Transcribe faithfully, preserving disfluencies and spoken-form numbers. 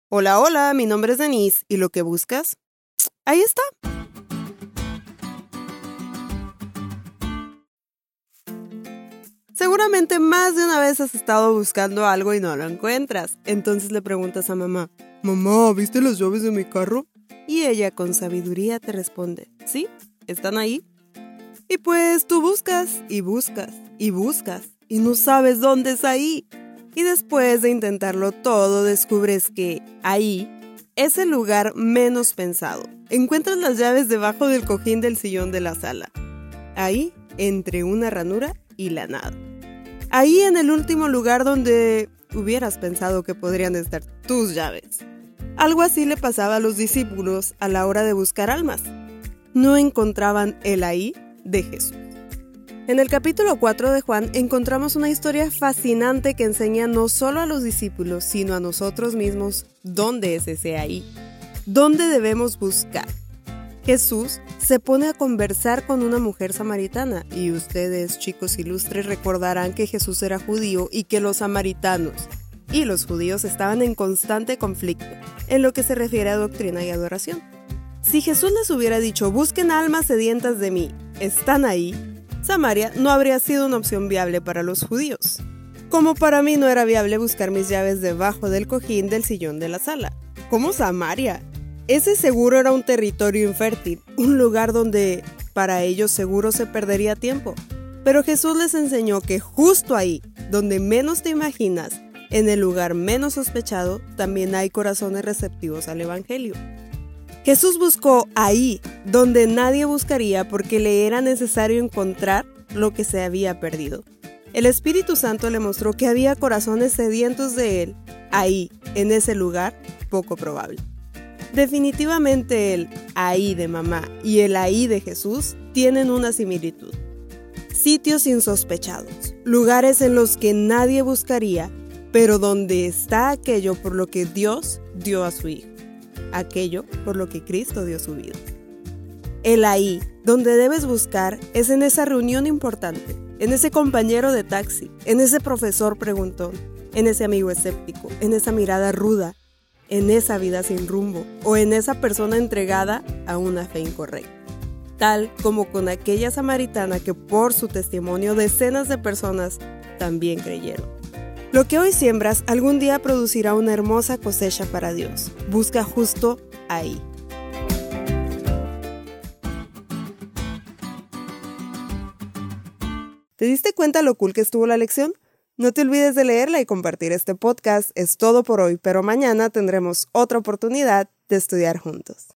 Hola, hola, mi nombre es Denise, ¿y lo que buscas? Ahí está. Seguramente más de una vez has estado buscando algo y no lo encuentras. Entonces le preguntas a mamá, mamá, ¿viste las llaves de mi carro? Y ella con sabiduría te responde, sí, están ahí. Y pues tú buscas y buscas y buscas y no sabes dónde es ahí. Y después de intentarlo todo descubres que ahí es el lugar menos pensado. Encuentras las llaves debajo del cojín del sillón de la sala. Ahí, entre una ranura y la nada. Ahí en el último lugar donde hubieras pensado que podrían estar tus llaves. Algo así le pasaba a los discípulos a la hora de buscar almas. No encontraban el ahí de Jesús. En el capítulo cuatro de Juan encontramos una historia fascinante que enseña no solo a los discípulos, sino a nosotros mismos dónde es ese ahí, dónde debemos buscar. Jesús se pone a conversar con una mujer samaritana y ustedes, chicos ilustres, recordarán que Jesús era judío y que los samaritanos y los judíos estaban en constante conflicto en lo que se refiere a doctrina y adoración. Si Jesús les hubiera dicho, busquen almas sedientas de mí, están ahí, Samaria no habría sido una opción viable para los judíos. Como para mí no era viable buscar mis llaves debajo del cojín del sillón de la sala. ¿Cómo Samaria? Ese seguro era un territorio infértil, un lugar donde para ellos seguro se perdería tiempo. Pero Jesús les enseñó que justo ahí, donde menos te imaginas, en el lugar menos sospechado, también hay corazones receptivos al Evangelio. Jesús buscó ahí, donde nadie buscaría porque le era necesario encontrar lo que se había perdido. El Espíritu Santo le mostró que había corazones sedientos de Él, ahí, en ese lugar poco probable. Definitivamente el ahí de mamá y el ahí de Jesús tienen una similitud. Sitios insospechados, lugares en los que nadie buscaría, pero donde está aquello por lo que Dios dio a su Hijo. Aquello por lo que Cristo dio su vida. El ahí, donde debes buscar, es en esa reunión importante, en ese compañero de taxi, en ese profesor preguntón, en ese amigo escéptico, en esa mirada ruda, en esa vida sin rumbo o en esa persona entregada a una fe incorrecta. Tal como con aquella samaritana que por su testimonio decenas de personas también creyeron. Lo que hoy siembras algún día producirá una hermosa cosecha para Dios. Busca justo ahí. ¿Te diste cuenta lo cool que estuvo la lección? No te olvides de leerla y compartir este podcast. Es todo por hoy, pero mañana tendremos otra oportunidad de estudiar juntos.